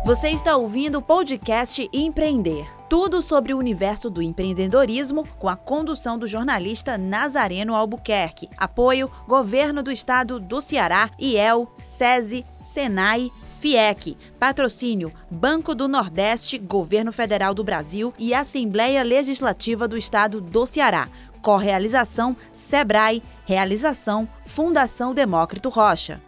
Você está ouvindo o podcast Empreender. Tudo sobre o universo do empreendedorismo com a condução do jornalista Nazareno Albuquerque. Apoio Governo do Estado do Ceará, IEL, SESI, SENAI, FIEC. Patrocínio Banco do Nordeste, Governo Federal do Brasil e Assembleia Legislativa do Estado do Ceará. Correalização SEBRAE. Realização Fundação Demócrito Rocha.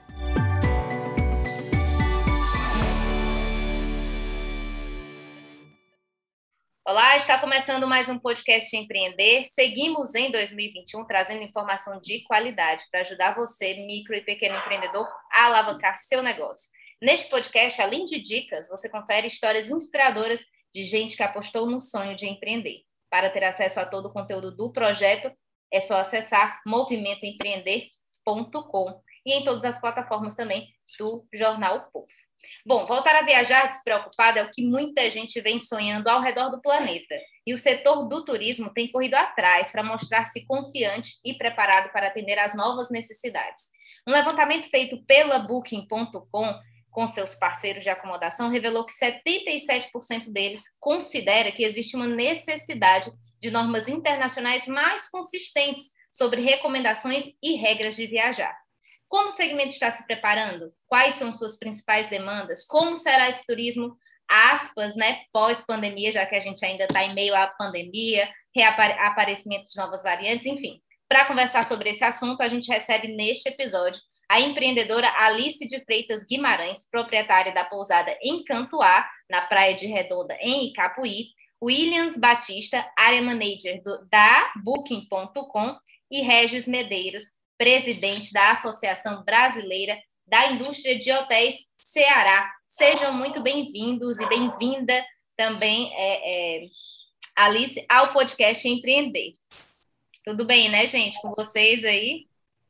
Olá, está começando mais um podcast Empreender. Seguimos em 2021 trazendo informação de qualidade para ajudar você, micro e pequeno empreendedor, a alavancar seu negócio. Neste podcast, além de dicas, você confere histórias inspiradoras de gente que apostou no sonho de empreender. Para ter acesso a todo o conteúdo do projeto, é só acessar movimentoempreender.com e em todas as plataformas também do Jornal Povo. Bom, voltar a viajar despreocupado é o que muita gente vem sonhando ao redor do planeta. E o setor do turismo tem corrido atrás para mostrar-se confiante e preparado para atender às novas necessidades. Um levantamento feito pela Booking.com com seus parceiros de acomodação revelou que 77% deles considera que existe uma necessidade de normas internacionais mais consistentes sobre recomendações e regras de viajar. Como o segmento está se preparando? Quais são suas principais demandas? Como será esse turismo, aspas, pós-pandemia, já que a gente ainda está em meio à pandemia, reaparecimento de novas variantes, enfim. Para conversar sobre esse assunto, a gente recebe neste episódio a empreendedora Alice de Freitas Guimarães, proprietária da pousada Encantoar, na Praia de Redonda, em Icapuí, Williams Batista, área manager da Booking.com, e Regis Medeiros, presidente da Associação Brasileira da Indústria de Hotéis Ceará. Sejam muito bem-vindos e bem-vinda também, Alice, ao podcast Empreender. Tudo bem, né, gente, com vocês aí?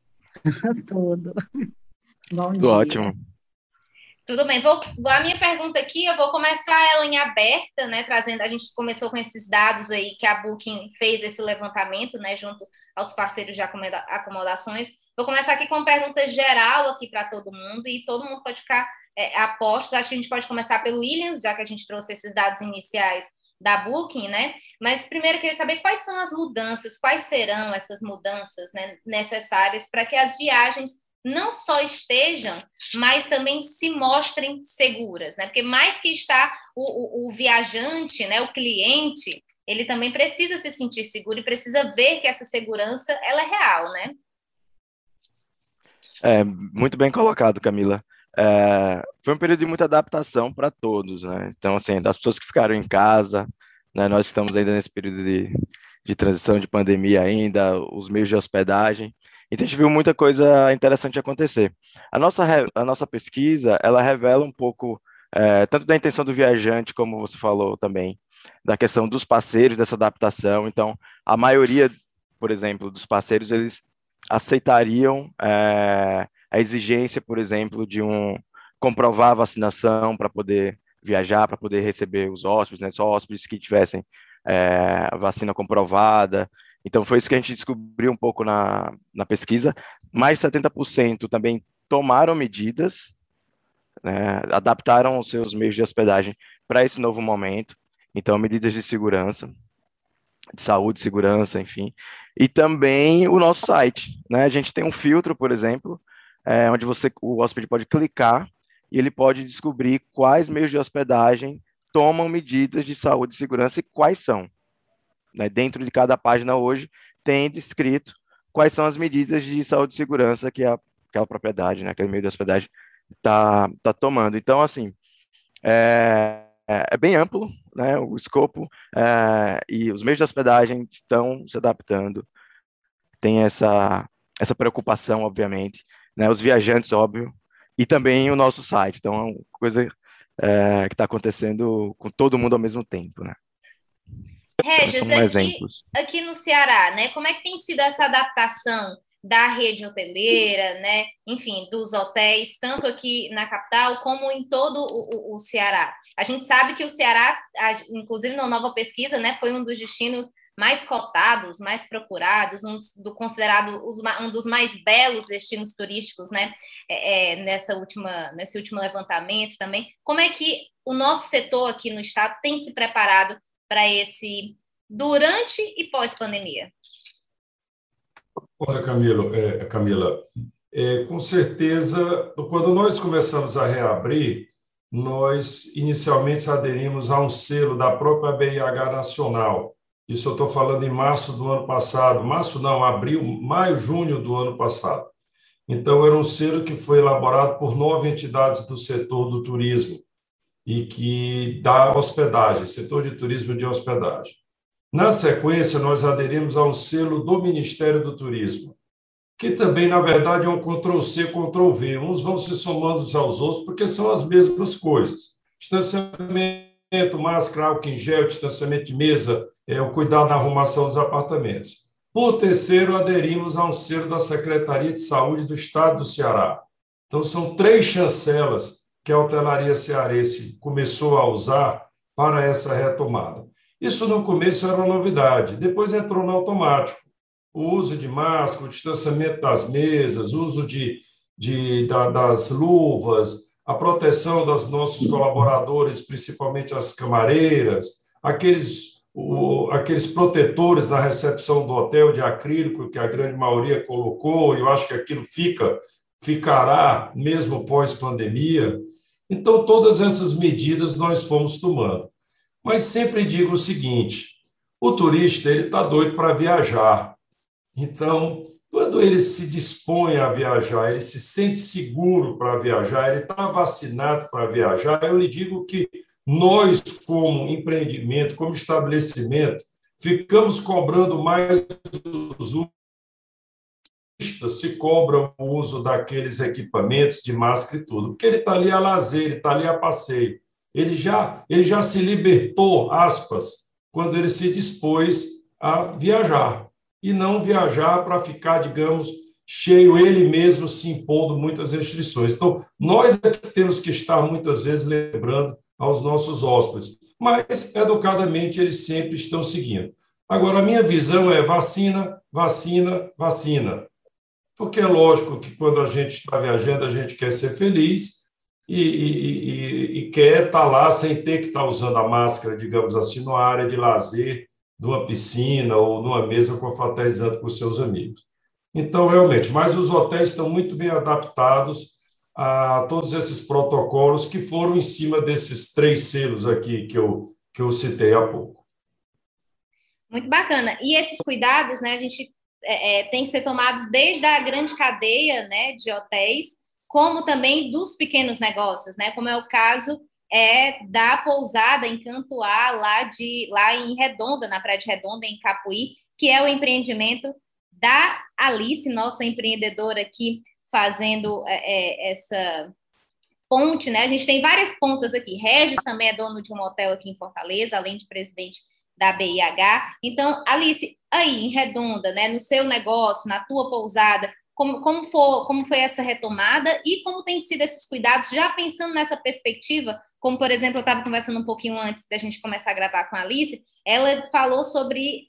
Tudo. Bom Tudo dia. ótimo. Tudo bem. A minha pergunta aqui, eu vou começar ela em aberta, né, trazendo, a gente começou com esses dados aí que a Booking fez esse levantamento, né, junto aos parceiros de acomodações. Vou começar aqui com uma pergunta geral aqui para todo mundo e todo mundo pode ficar a postos. Acho que a gente pode começar pelo Williams, já que a gente trouxe esses dados iniciais da Booking, né? Mas primeiro eu queria saber quais são as mudanças, quais serão essas mudanças, né, necessárias para que as viagens não só estejam, mas também se mostrem seguras, né? Porque mais que está o viajante, né, o cliente, ele também precisa se sentir seguro e precisa ver que essa segurança ela é real, né? Muito bem colocado, Camila. Foi um período de muita adaptação para todos, né? Então, assim, das pessoas que ficaram em casa, né, nós estamos ainda nesse período de transição, de pandemia ainda, os meios de hospedagem. Então, a gente viu muita coisa interessante acontecer. A nossa pesquisa, ela revela um pouco, tanto da intenção do viajante, como você falou também, da questão dos parceiros, dessa adaptação. Então, a maioria, por exemplo, dos parceiros, eles aceitariam a exigência, por exemplo, de comprovar a vacinação para poder viajar, para poder receber os hóspedes, né? Só hóspedes que tivessem a vacina comprovada. Então, foi isso que a gente descobriu um pouco na pesquisa. Mais de 70% também tomaram medidas, né? Adaptaram os seus meios de hospedagem para esse novo momento. Então, medidas de segurança, de saúde, segurança, enfim. E também o nosso site, né? A gente tem um filtro, por exemplo, onde o hóspede pode clicar e ele pode descobrir quais meios de hospedagem tomam medidas de saúde e segurança e quais são. Né? Dentro de cada página hoje tem descrito quais são as medidas de saúde e segurança que aquela propriedade, né, aquele meio de hospedagem está tomando. Então, assim, é bem amplo, né, o escopo, e os meios de hospedagem estão se adaptando. Tem essa preocupação, obviamente, né, os viajantes, óbvio, e também o nosso site. Então, é uma coisa que está acontecendo com todo mundo ao mesmo tempo, né? Regis, aqui no Ceará, né, como é que tem sido essa adaptação da rede hoteleira, né, enfim, dos hotéis, tanto aqui na capital como em todo o Ceará? A gente sabe que o Ceará, inclusive na nova pesquisa, né, foi um dos destinos mais cotados, mais procurados, considerado um dos mais belos destinos turísticos, né, nesse último levantamento também. Como é que o nosso setor aqui no estado tem se preparado para esse durante e pós-pandemia? Olha, Camila, com certeza, quando nós começamos a reabrir, nós inicialmente aderimos a um selo da própria BIH Nacional. Isso eu estou falando em março do ano passado, abril, maio, junho do ano passado. Então, era um selo que foi elaborado por 9 entidades do setor do turismo e que dá hospedagem, setor de turismo de hospedagem. Na sequência, nós aderimos ao selo do Ministério do Turismo, que também, na verdade, é um Ctrl+C, Ctrl+V. Uns vão se somando uns aos outros, porque são as mesmas coisas. Distanciamento, máscara, álcool em gel, distanciamento de mesa, o cuidado na arrumação dos apartamentos. Por terceiro, aderimos a um selo da Secretaria de Saúde do Estado do Ceará. Então, são 3 chancelas que a hotelaria cearense começou a usar para essa retomada. Isso, no começo, era uma novidade. Depois entrou no automático. O uso de máscara, o distanciamento das mesas, o uso das luvas, a proteção dos nossos colaboradores, principalmente as camareiras, aqueles protetores na recepção do hotel de acrílico, que a grande maioria colocou, e eu acho que aquilo ficará mesmo pós-pandemia. Então, todas essas medidas nós fomos tomando. Mas sempre digo o seguinte, o turista está doido para viajar. Então, quando ele se dispõe a viajar, ele se sente seguro para viajar, ele está vacinado para viajar, eu lhe digo que nós, como empreendimento, como estabelecimento, ficamos cobrando mais os turistas, se cobram o uso daqueles equipamentos de máscara e tudo, porque ele está ali a lazer, ele está ali a passeio. Ele já se libertou, aspas, quando ele se dispôs a viajar. E não viajar para ficar, digamos, cheio, ele mesmo se impondo muitas restrições. Então, nós é que temos que estar, muitas vezes, lembrando aos nossos hóspedes. Mas, educadamente, eles sempre estão seguindo. Agora, a minha visão é vacina, vacina, vacina. Porque é lógico que, quando a gente está viajando, a gente quer ser feliz e quer estar lá sem ter que estar usando a máscara, digamos assim, numa área de lazer, de uma piscina ou numa mesa confraternizando com seus amigos. Então, realmente, mas os hotéis estão muito bem adaptados a todos esses protocolos que foram em cima desses 3 selos aqui que eu citei há pouco. Muito bacana. E esses cuidados, né, a gente tem que ser tomados desde a grande cadeia, né, de hotéis, como também dos pequenos negócios, né, como é o caso da pousada Encantoar lá em Redonda, na Praia de Redonda, em Capuí, que é o empreendimento da Alice, nossa empreendedora aqui, fazendo essa ponte, né? A gente tem várias pontas aqui. Regis também é dono de um hotel aqui em Fortaleza, além de presidente da BIH. Então, Alice, aí em Redonda, né, no seu negócio, na tua pousada, como foi essa retomada e como tem sido esses cuidados, já pensando nessa perspectiva, como, por exemplo, eu estava conversando um pouquinho antes da gente começar a gravar com a Alice, ela falou sobre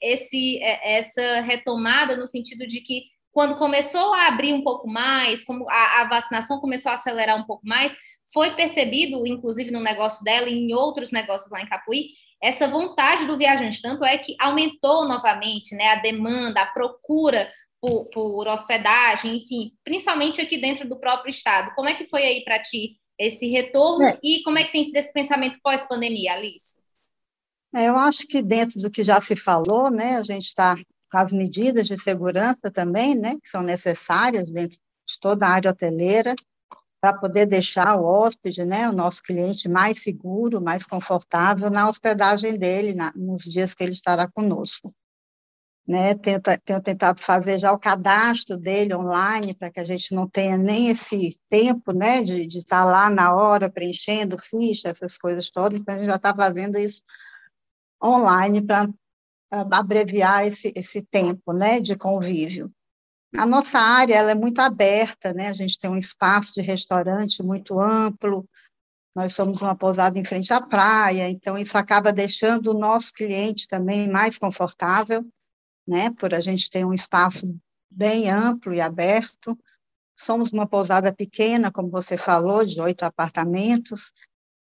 essa retomada no sentido de que quando começou a abrir um pouco mais, como a vacinação começou a acelerar um pouco mais, foi percebido, inclusive no negócio dela e em outros negócios lá em Capuí, essa vontade do viajante, tanto é que aumentou novamente, né, a demanda, a procura por hospedagem, enfim, principalmente aqui dentro do próprio estado. Como é que foi aí para ti esse retorno e como é que tem sido esse pensamento pós-pandemia, Alice? Eu acho que dentro do que já se falou, né, a gente está com as medidas de segurança também, né, que são necessárias dentro de toda a área hoteleira, para poder deixar o hóspede, né, o nosso cliente mais seguro, mais confortável na hospedagem dele, nos dias que ele estará conosco. Né, tenho tentado fazer já o cadastro dele online, para que a gente não tenha nem esse tempo, né, de estar lá na hora, preenchendo ficha, essas coisas todas, então a gente já está fazendo isso online para abreviar esse tempo, né, de convívio. A nossa área ela é muito aberta, né, a gente tem um espaço de restaurante muito amplo, nós somos uma pousada em frente à praia, então isso acaba deixando o nosso cliente também mais confortável, né, por a gente ter um espaço bem amplo e aberto. Somos uma pousada pequena, como você falou, de 8 apartamentos,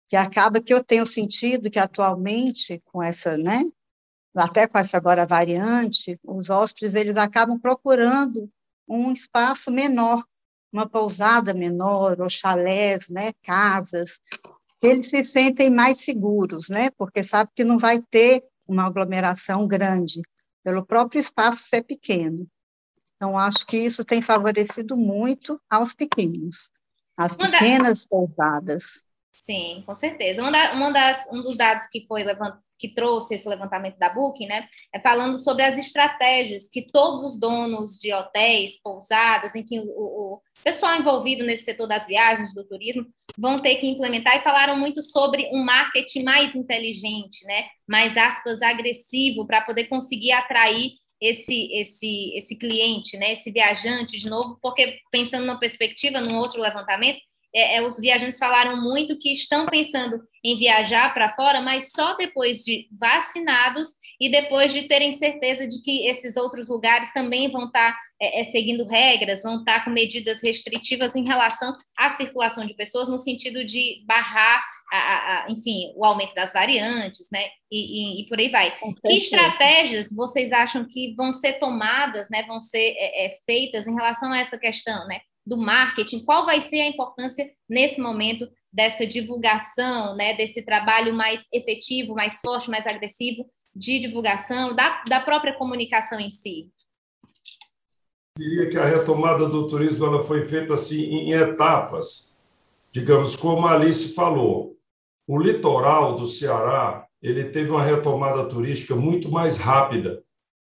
que acaba que eu tenho sentido que atualmente, com essa, né, até com essa agora variante, os hóspedes eles acabam procurando um espaço menor, uma pousada menor, ou chalés, né, casas, que eles se sentem mais seguros, né, porque sabe que não vai ter uma aglomeração grande, pelo próprio espaço ser pequeno. Então, acho que isso tem favorecido muito aos pequenos, as pequenas pousadas. Sim, com certeza. Um dos dados que trouxe esse levantamento da Booking, né, é falando sobre as estratégias que todos os donos de hotéis, pousadas, enfim, o pessoal envolvido nesse setor das viagens, do turismo, vão ter que implementar, e falaram muito sobre um marketing mais inteligente, né, mais, aspas, agressivo, para poder conseguir atrair esse cliente, né, esse viajante de novo, porque pensando numa perspectiva, num outro levantamento, os viajantes falaram muito que estão pensando em viajar para fora, mas só depois de vacinados e depois de terem certeza de que esses outros lugares também vão estar seguindo regras, vão estar com medidas restritivas em relação à circulação de pessoas, no sentido de barrar, enfim, o aumento das variantes, né? E por aí vai. Que estratégias vocês acham que vão ser tomadas, né? Vão ser feitas em relação a essa questão, né? Do marketing? Qual vai ser a importância nesse momento dessa divulgação, né, desse trabalho mais efetivo, mais forte, mais agressivo de divulgação, da própria comunicação em si? Eu diria que a retomada do turismo ela foi feita assim em etapas, digamos, como a Alice falou. O litoral do Ceará ele teve uma retomada turística muito mais rápida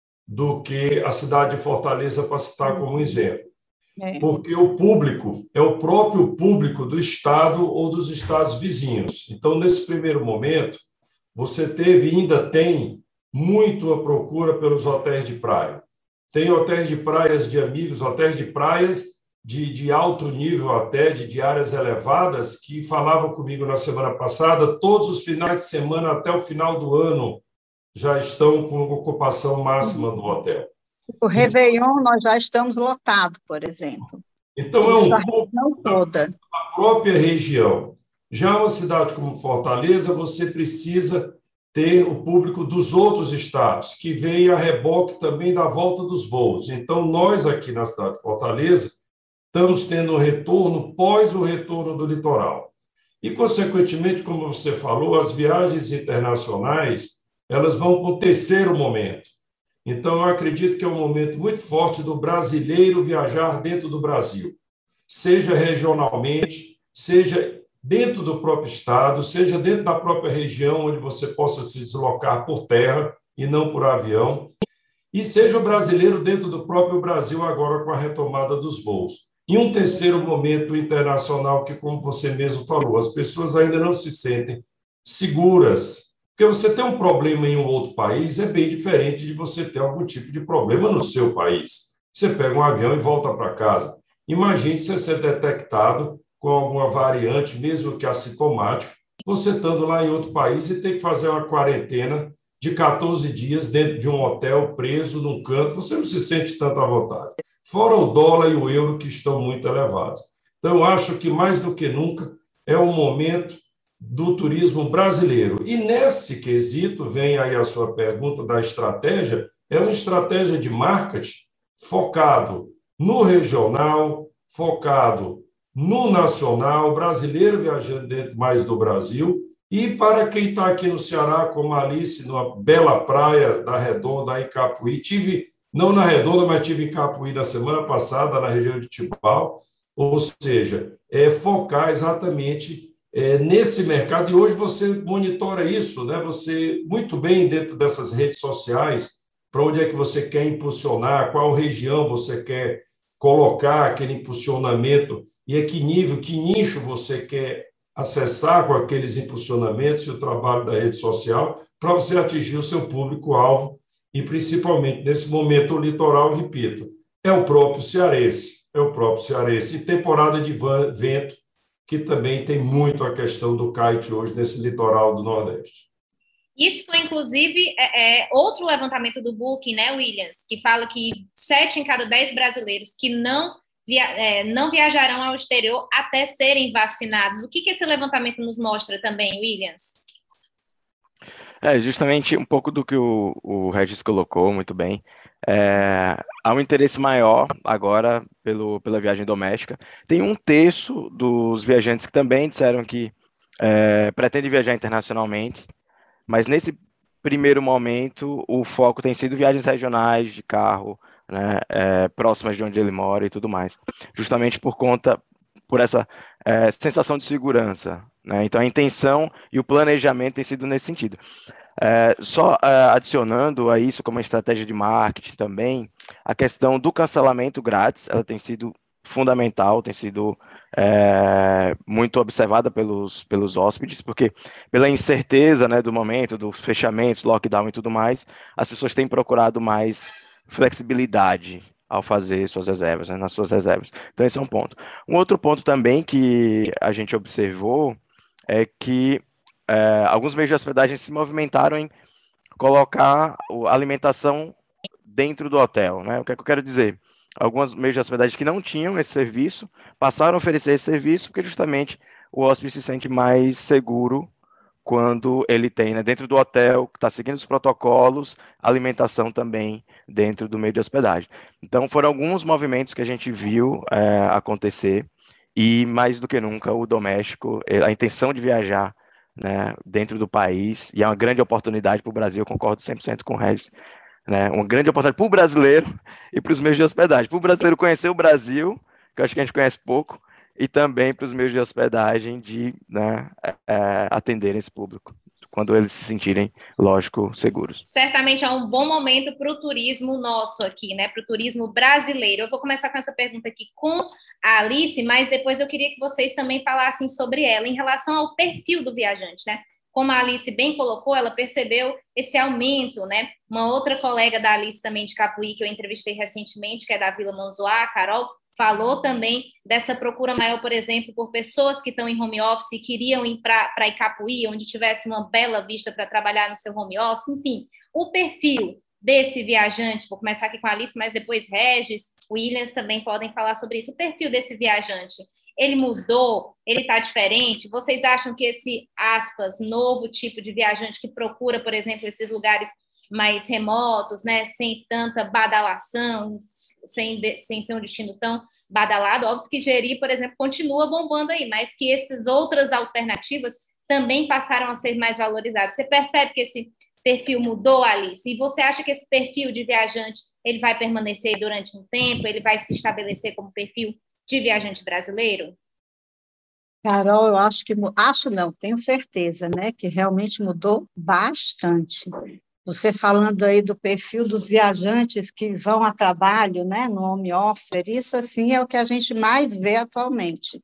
do que a cidade de Fortaleza, para citar como exemplo. Porque o público é o próprio público do estado ou dos estados vizinhos. Então, nesse primeiro momento, você teve e ainda tem muito a procura pelos hotéis de praia. Tem hotéis de praias de amigos, hotéis de praias de alto nível até, de áreas elevadas, que falavam comigo na semana passada, todos os finais de semana até o final do ano já estão com ocupação máxima do hotel. O Réveillon, nós já estamos lotados, por exemplo. Então, isso, é um pouco toda. A própria região. Já uma cidade como Fortaleza, você precisa ter o público dos outros estados, que vem a reboque também da volta dos voos. Então, nós aqui na cidade de Fortaleza, estamos tendo um retorno pós o retorno do litoral. E, consequentemente, como você falou, as viagens internacionais, elas vão para o terceiro momento. Então, eu acredito que é um momento muito forte do brasileiro viajar dentro do Brasil, seja regionalmente, seja dentro do próprio estado, seja dentro da própria região, onde você possa se deslocar por terra e não por avião, e seja o brasileiro dentro do próprio Brasil, agora com a retomada dos voos. E um terceiro momento internacional que, como você mesmo falou, as pessoas ainda não se sentem seguras. Porque você ter um problema em um outro país é bem diferente de você ter algum tipo de problema no seu país. Você pega um avião e volta para casa. Imagine você ser detectado com alguma variante, mesmo que assintomática, você estando lá em outro país e ter que fazer uma quarentena de 14 dias dentro de um hotel, preso num canto, você não se sente tanto à vontade. Fora o dólar e o euro, que estão muito elevados. Então, eu acho que, mais do que nunca, é o momento do turismo brasileiro. E nesse quesito, vem aí a sua pergunta da estratégia, é uma estratégia de marketing focado no regional, focado no nacional, brasileiro viajando dentro mais do Brasil, e para quem está aqui no Ceará, como a Alice, numa bela praia da Redonda, em Capuí, não na Redonda, mas tive em Capuí na semana passada, na região de Tibau, ou seja, focar exatamente nesse mercado, e hoje você monitora isso, né? Você, muito bem dentro dessas redes sociais, para onde é que você quer impulsionar, qual região você quer colocar aquele impulsionamento, e a que nível, que nicho você quer acessar com aqueles impulsionamentos e o trabalho da rede social, para você atingir o seu público-alvo, e principalmente nesse momento o litoral, repito, é o próprio cearense, e temporada de vento, que também tem muito a questão do kite hoje nesse litoral do Nordeste. Isso foi, inclusive, outro levantamento do Booking, né, Williams, que fala que 7 em cada 10 brasileiros que não não viajarão ao exterior até serem vacinados. O que esse levantamento nos mostra também, Williams? Justamente um pouco do que o Regis colocou muito bem. Há um interesse maior agora pela viagem doméstica. Tem 1/3 dos viajantes que também disseram que pretendem viajar internacionalmente, mas nesse primeiro momento o foco tem sido viagens regionais de carro, né, próximas de onde ele mora e tudo mais, justamente por essa sensação de segurança, né? Então a intenção e o planejamento tem sido nesse sentido. Só adicionando a isso como estratégia de marketing também, a questão do cancelamento grátis, ela tem sido fundamental, tem sido muito observada pelos hóspedes, porque pela incerteza, né, do momento, dos fechamentos, lockdown e tudo mais, as pessoas têm procurado mais flexibilidade ao fazer suas reservas, né, nas suas reservas. Então esse é um ponto. Um outro ponto também que a gente observou é que alguns meios de hospedagem se movimentaram em colocar a alimentação dentro do hotel, né? O que é que eu quero dizer? Alguns meios de hospedagem que não tinham esse serviço passaram a oferecer esse serviço porque justamente o hóspede se sente mais seguro quando ele tem, né, dentro do hotel, que está seguindo os protocolos, alimentação também dentro do meio de hospedagem. Então foram alguns movimentos que a gente viu acontecer e mais do que nunca o doméstico, a intenção de viajar, né, dentro do país, e é uma grande oportunidade para o Brasil, eu concordo 100% com o Regis, né, uma grande oportunidade para o brasileiro e para os meios de hospedagem. Para o brasileiro conhecer o Brasil, que eu acho que a gente conhece pouco, e também para os meios de hospedagem de, né, atenderem esse público, quando eles se sentirem, lógico, seguros. Certamente é um bom momento para o turismo nosso aqui, né? Para o turismo brasileiro. Eu vou começar com essa pergunta aqui com a Alice, mas depois eu queria que vocês também falassem sobre ela, em relação ao perfil do viajante, né? Como a Alice bem colocou, ela percebeu esse aumento, né? Uma outra colega da Alice também de Capuí, que eu entrevistei recentemente, que é da Vila Monzoá, a Carol, falou também dessa procura maior, por exemplo, por pessoas que estão em home office e queriam ir para Icapuí, onde tivesse uma bela vista para trabalhar no seu home office. Enfim, o perfil desse viajante, vou começar aqui com a Alice, mas depois Regis, Williams também podem falar sobre isso. O perfil desse viajante, ele mudou? Ele está diferente? Vocês acham que esse, aspas, novo tipo de viajante que procura, por exemplo, esses lugares mais remotos, né, sem tanta badalação, sem ser um destino tão badalado, óbvio que Jeri, por exemplo, continua bombando aí, mas que essas outras alternativas também passaram a ser mais valorizadas. Você percebe que esse perfil mudou, Alice? E você acha que esse perfil de viajante ele vai permanecer durante um tempo? Ele vai se estabelecer como perfil de viajante brasileiro? Carol, eu acho não, tenho certeza, né, que realmente mudou bastante. Você falando aí do perfil dos viajantes que vão a trabalho, né, no home office, isso assim é o que a gente mais vê atualmente.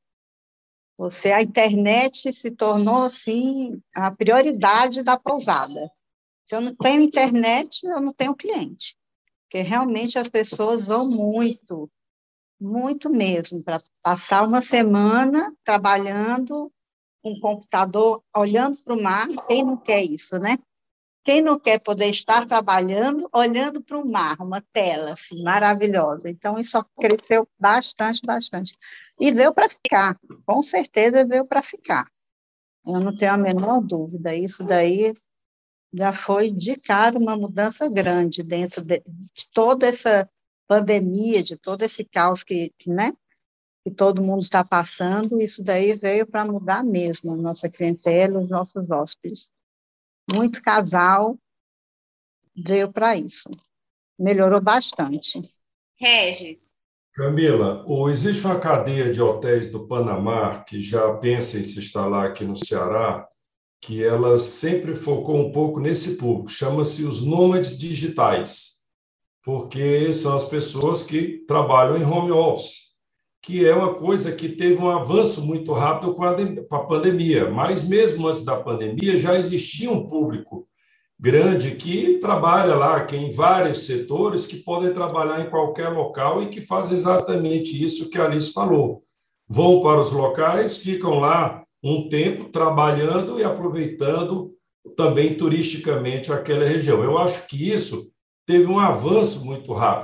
A internet se tornou assim a prioridade da pousada. Se eu não tenho internet, eu não tenho cliente, porque realmente as pessoas vão muito, muito mesmo, para passar uma semana trabalhando com o computador, olhando para o mar. Quem não quer isso, né? Quem não quer poder estar trabalhando, olhando para o mar, uma tela assim, maravilhosa. Então, isso cresceu bastante, bastante. E veio para ficar, com certeza veio para ficar. Eu não tenho a menor dúvida. Isso daí já foi de cara uma mudança grande dentro de toda essa pandemia, de todo esse caos né, que todo mundo está passando. Isso daí veio para mudar mesmo a nossa clientela, os nossos hóspedes. Muito casal veio para isso. Melhorou bastante. Regis. Camila, existe uma cadeia de hotéis do Panamá que já pensa em se instalar aqui no Ceará, que ela sempre focou um pouco nesse público, chama-se os nômades digitais, porque são as pessoas que trabalham em home office, que é uma coisa que teve um avanço muito rápido com a pandemia, mas mesmo antes da pandemia já existia um público grande que trabalha lá, que em vários setores, que podem trabalhar em qualquer local e que fazem exatamente isso que a Alice falou. Vão para os locais, ficam lá um tempo trabalhando e aproveitando também turisticamente aquela região. Eu acho que isso teve um avanço muito rápido.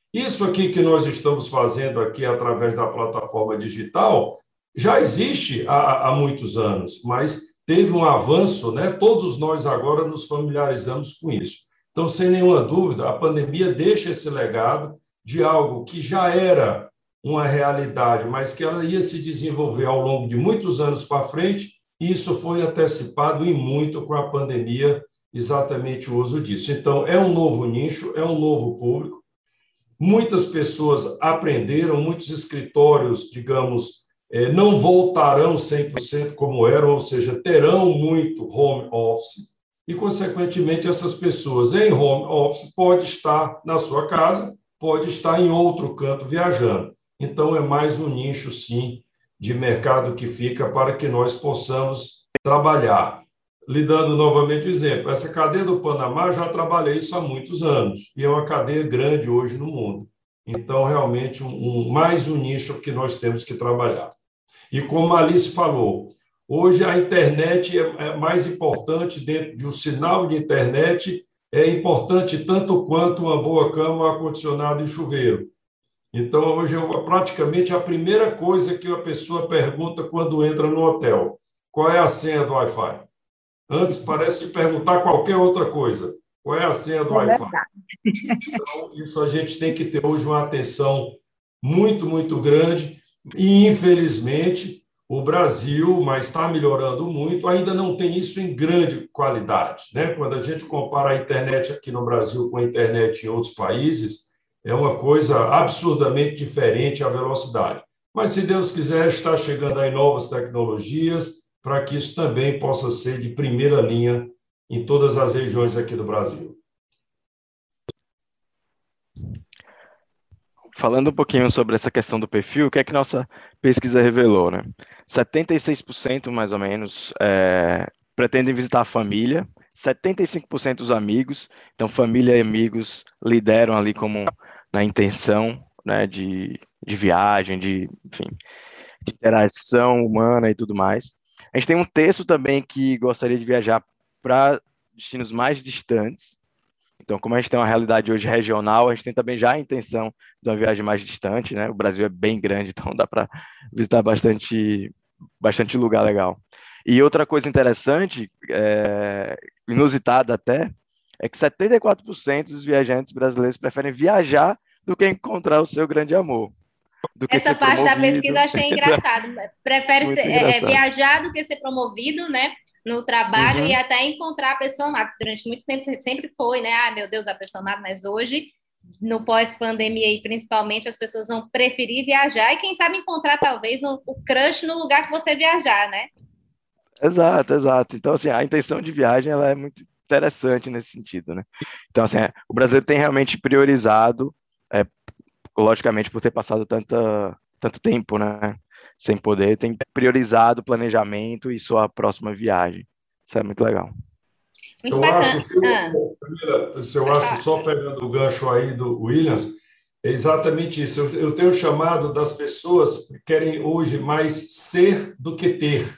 Isso aqui que nós estamos fazendo aqui através da plataforma digital já existe há muitos anos, mas teve um avanço, né? Todos nós agora nos familiarizamos com isso. Então, sem nenhuma dúvida, a pandemia deixa esse legado de algo que já era uma realidade, mas que ela ia se desenvolver ao longo de muitos anos para frente, e isso foi antecipado e muito com a pandemia, exatamente o uso disso. Então, é um novo nicho, é um novo público. Muitas pessoas aprenderam, muitos escritórios, digamos, não voltarão 100% como eram, ou seja, terão muito home office, e, consequentemente, essas pessoas em home office podem estar na sua casa, pode estar em outro canto viajando. Então, é mais um nicho, sim, de mercado que fica para que nós possamos trabalhar. Lhe dando novamente o exemplo, essa cadeia do Panamá, já trabalhei isso há muitos anos, e é uma cadeia grande hoje no mundo. Então, realmente, mais um nicho que nós temos que trabalhar. E como a Alice falou, hoje a internet é mais importante, dentro de um sinal de internet, é importante tanto quanto uma boa cama, um ar-condicionado e chuveiro. Então, hoje, praticamente, a primeira coisa que a pessoa pergunta quando entra no hotel, qual é a senha do Wi-Fi? Antes, parece de perguntar qualquer outra coisa. Qual é a senha do Wi-Fi? Então, isso a gente tem que ter hoje uma atenção muito, muito grande. E, infelizmente, o Brasil, mas está melhorando muito, ainda não tem isso em grande qualidade, né? Quando a gente compara a internet aqui no Brasil com a internet em outros países, é uma coisa absurdamente diferente a velocidade. Mas, se Deus quiser, está chegando aí novas tecnologias para que isso também possa ser de primeira linha em todas as regiões aqui do Brasil. Falando um pouquinho sobre essa questão do perfil, o que é que nossa pesquisa revelou, né? 76%, mais ou menos, pretendem visitar a família, 75% os amigos, então família e amigos lideram ali como na intenção, né, de viagem, enfim, de interação humana e tudo mais. A gente tem um terço também que gostaria de viajar para destinos mais distantes. Então, como a gente tem uma realidade hoje regional, a gente tem também já a intenção de uma viagem mais distante, né? O Brasil é bem grande, então dá para visitar bastante lugar legal. E outra coisa interessante, inusitada até, é que 74% dos viajantes brasileiros preferem viajar do que encontrar o seu grande amor. Essa parte da pesquisa eu achei engraçado. Prefere viajar do que ser promovido, né, no trabalho, e até encontrar a pessoa amada. Durante muito tempo sempre foi, né? Ah, meu Deus, a pessoa amada, mas hoje, no pós-pandemia aí, principalmente, as pessoas vão preferir viajar e, quem sabe, encontrar talvez o crush no lugar que você viajar, né? Exato. Então, assim, a intenção de viagem ela é muito interessante nesse sentido, né? Então, assim, o brasileiro tem realmente priorizado, logicamente, por ter passado tanto tempo, né, sem poder, tem priorizado o planejamento e sua próxima viagem. Isso é muito legal. Muito bacana. Camila, eu acho, só pegando o gancho aí do Williams, é exatamente isso. Eu tenho chamado das pessoas que querem hoje mais ser do que ter.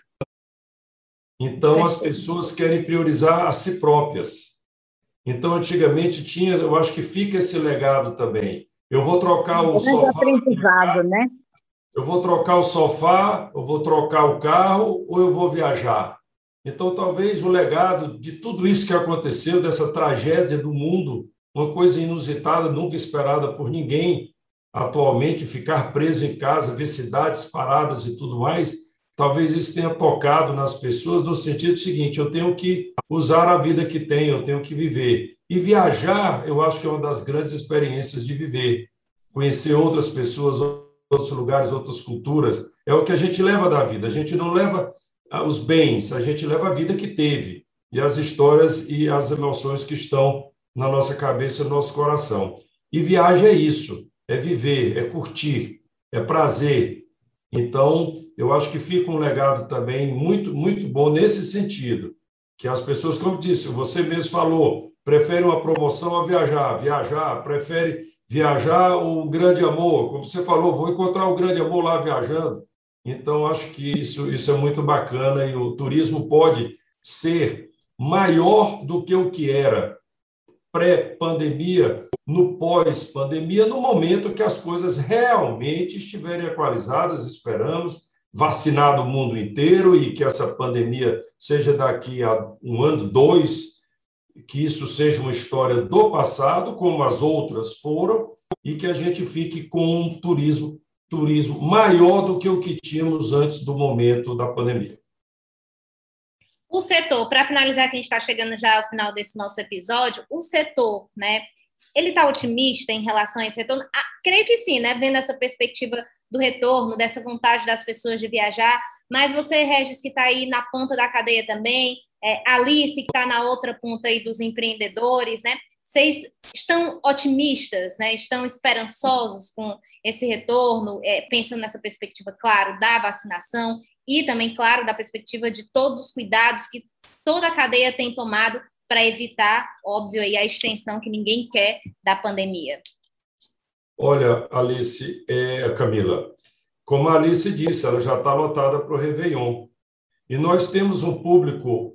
Então, as pessoas querem priorizar a si próprias. Então, antigamente tinha, eu acho que fica esse legado também. Eu vou trocar o sofá. Aprendizado, né? Eu vou trocar o sofá, eu vou trocar o carro ou eu vou viajar. Então, talvez o legado de tudo isso que aconteceu, dessa tragédia do mundo, uma coisa inusitada, nunca esperada por ninguém atualmente, ficar preso em casa, ver cidades paradas e tudo mais, talvez isso tenha tocado nas pessoas no sentido seguinte: eu tenho que usar a vida que tenho, eu tenho que viver. E viajar, eu acho que é uma das grandes experiências de viver. Conhecer outras pessoas, outros lugares, outras culturas, é o que a gente leva da vida. A gente não leva os bens, a gente leva a vida que teve, e as histórias e as emoções que estão na nossa cabeça e no nosso coração. E viagem é isso, é viver, é curtir, é prazer. Então, eu acho que fica um legado também muito, muito bom nesse sentido, que as pessoas, como disse, você mesmo falou, prefere uma promoção a viajar, prefere viajar o grande amor, como você falou, vou encontrar o grande amor lá viajando. Então, acho que isso é muito bacana, e o turismo pode ser maior do que o que era pré-pandemia, no pós-pandemia, no momento que as coisas realmente estiverem equalizadas, esperamos, vacinado o mundo inteiro e que essa pandemia seja daqui a 1 ano, 2, que isso seja uma história do passado, como as outras foram, e que a gente fique com um turismo maior do que o que tínhamos antes do momento da pandemia. O setor, para finalizar, que a gente está chegando já ao final desse nosso episódio, o setor, né, ele está otimista em relação a esse retorno? Creio que sim, né, vendo essa perspectiva do retorno, dessa vontade das pessoas de viajar, mas você, Regis, que está aí na ponta da cadeia também, Alice, que está na outra ponta aí dos empreendedores, né, vocês estão otimistas, né, estão esperançosos com esse retorno, pensando nessa perspectiva, claro, da vacinação e também, claro, da perspectiva de todos os cuidados que toda a cadeia tem tomado para evitar, óbvio, aí, a extensão que ninguém quer da pandemia? Olha, Alice, Camila, como a Alice disse, ela já está lotada para o Réveillon. E nós temos um público,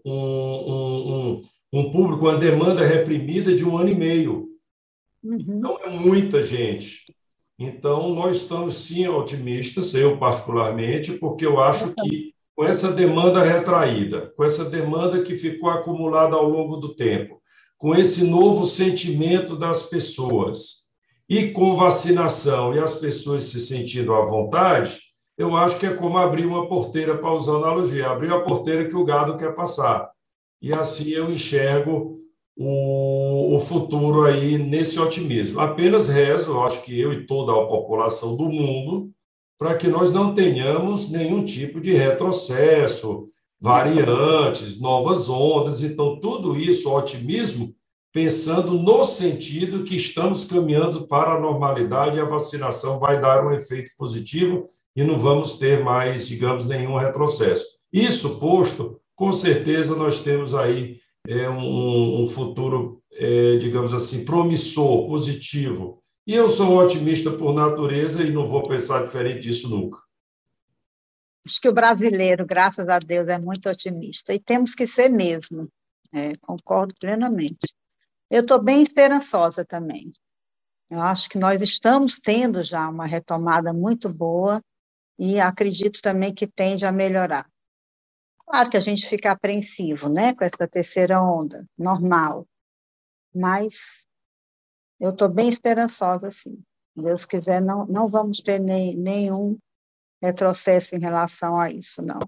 uma demanda reprimida de 1 ano e meio. Então, é muita gente. Então, nós estamos, sim, otimistas, eu particularmente, porque eu acho que com essa demanda retraída, com essa demanda que ficou acumulada ao longo do tempo, com esse novo sentimento das pessoas e com vacinação e as pessoas se sentindo à vontade, eu acho que é como abrir uma porteira, para usar a analogia, abrir a porteira que o gado quer passar. E assim eu enxergo o futuro aí nesse otimismo. Apenas rezo, eu acho que eu e toda a população do mundo, para que nós não tenhamos nenhum tipo de retrocesso, variantes, novas ondas. Então, tudo isso, otimismo, pensando no sentido que estamos caminhando para a normalidade e a vacinação vai dar um efeito positivo e não vamos ter mais, digamos, nenhum retrocesso. Isso posto, com certeza nós temos aí um futuro, digamos assim, promissor, positivo. E eu sou um otimista por natureza e não vou pensar diferente disso nunca. Acho que o brasileiro, graças a Deus, é muito otimista. E temos que ser mesmo. Concordo plenamente. Eu estou bem esperançosa também. Eu acho que nós estamos tendo já uma retomada muito boa e acredito também que tende a melhorar. Claro que a gente fica apreensivo, né, com essa terceira onda, normal. Mas eu estou bem esperançosa, sim. Se Deus quiser, não vamos ter nenhum retrocesso em relação a isso, não.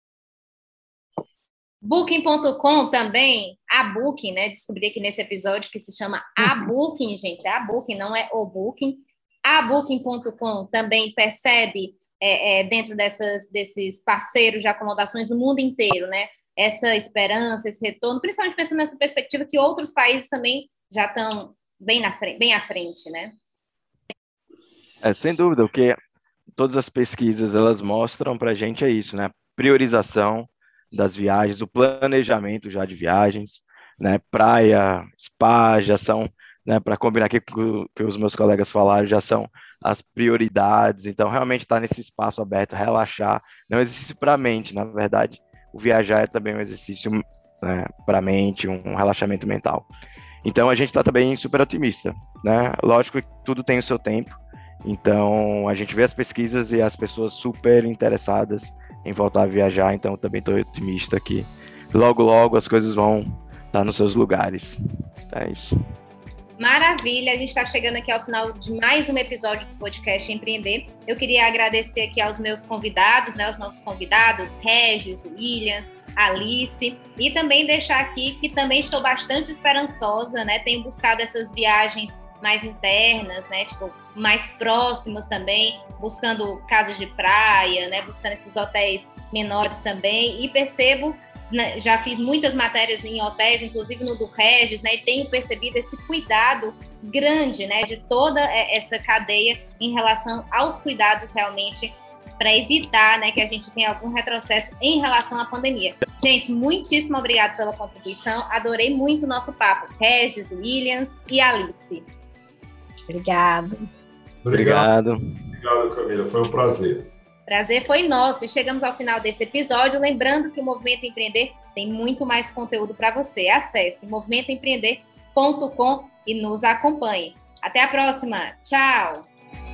Booking.com também, a Booking, né? Descobri aqui nesse episódio que se chama a Booking, gente. A Booking, não é o Booking. A Booking.com também percebe, dentro desses parceiros de acomodações no mundo inteiro, né? Essa esperança, esse retorno, principalmente pensando nessa perspectiva que outros países também já estão bem à frente, né? Sem dúvida, o que todas as pesquisas elas mostram para a gente é isso, né? Priorização das viagens, o planejamento já de viagens, né? Praia, spa, já são, né? Para combinar aqui com o que os meus colegas falaram, já são as prioridades. Então, realmente estar nesse espaço aberto, relaxar, não é um exercício para a mente, na verdade. O viajar é também um exercício, né, para a mente, um relaxamento mental. Então, a gente está também super otimista, né? Lógico que tudo tem o seu tempo. Então, a gente vê as pesquisas e as pessoas super interessadas em voltar a viajar. Então, eu também estou otimista que logo, logo as coisas vão estar nos seus lugares. É isso. Maravilha, a gente está chegando aqui ao final de mais um episódio do podcast Empreender. Eu queria agradecer aqui aos meus convidados, né, os nossos convidados, Regis, Williams, Alice, e também deixar aqui que também estou bastante esperançosa, né, tenho buscado essas viagens mais internas, né, tipo, mais próximas também, buscando casas de praia, né, buscando esses hotéis menores também, e percebo, né, já fiz muitas matérias em hotéis, inclusive no do Regis, né, e tenho percebido esse cuidado grande, né, de toda essa cadeia em relação aos cuidados realmente para evitar, né, que a gente tenha algum retrocesso em relação à pandemia. Gente, muitíssimo obrigada pela contribuição, adorei muito o nosso papo. Regis, Williams e Alice. Obrigado. Obrigado, Camila, foi um prazer. Prazer foi nosso e chegamos ao final desse episódio, lembrando que o Movimento Empreender tem muito mais conteúdo para você. Acesse movimentoempreender.com e nos acompanhe. Até a próxima. Tchau!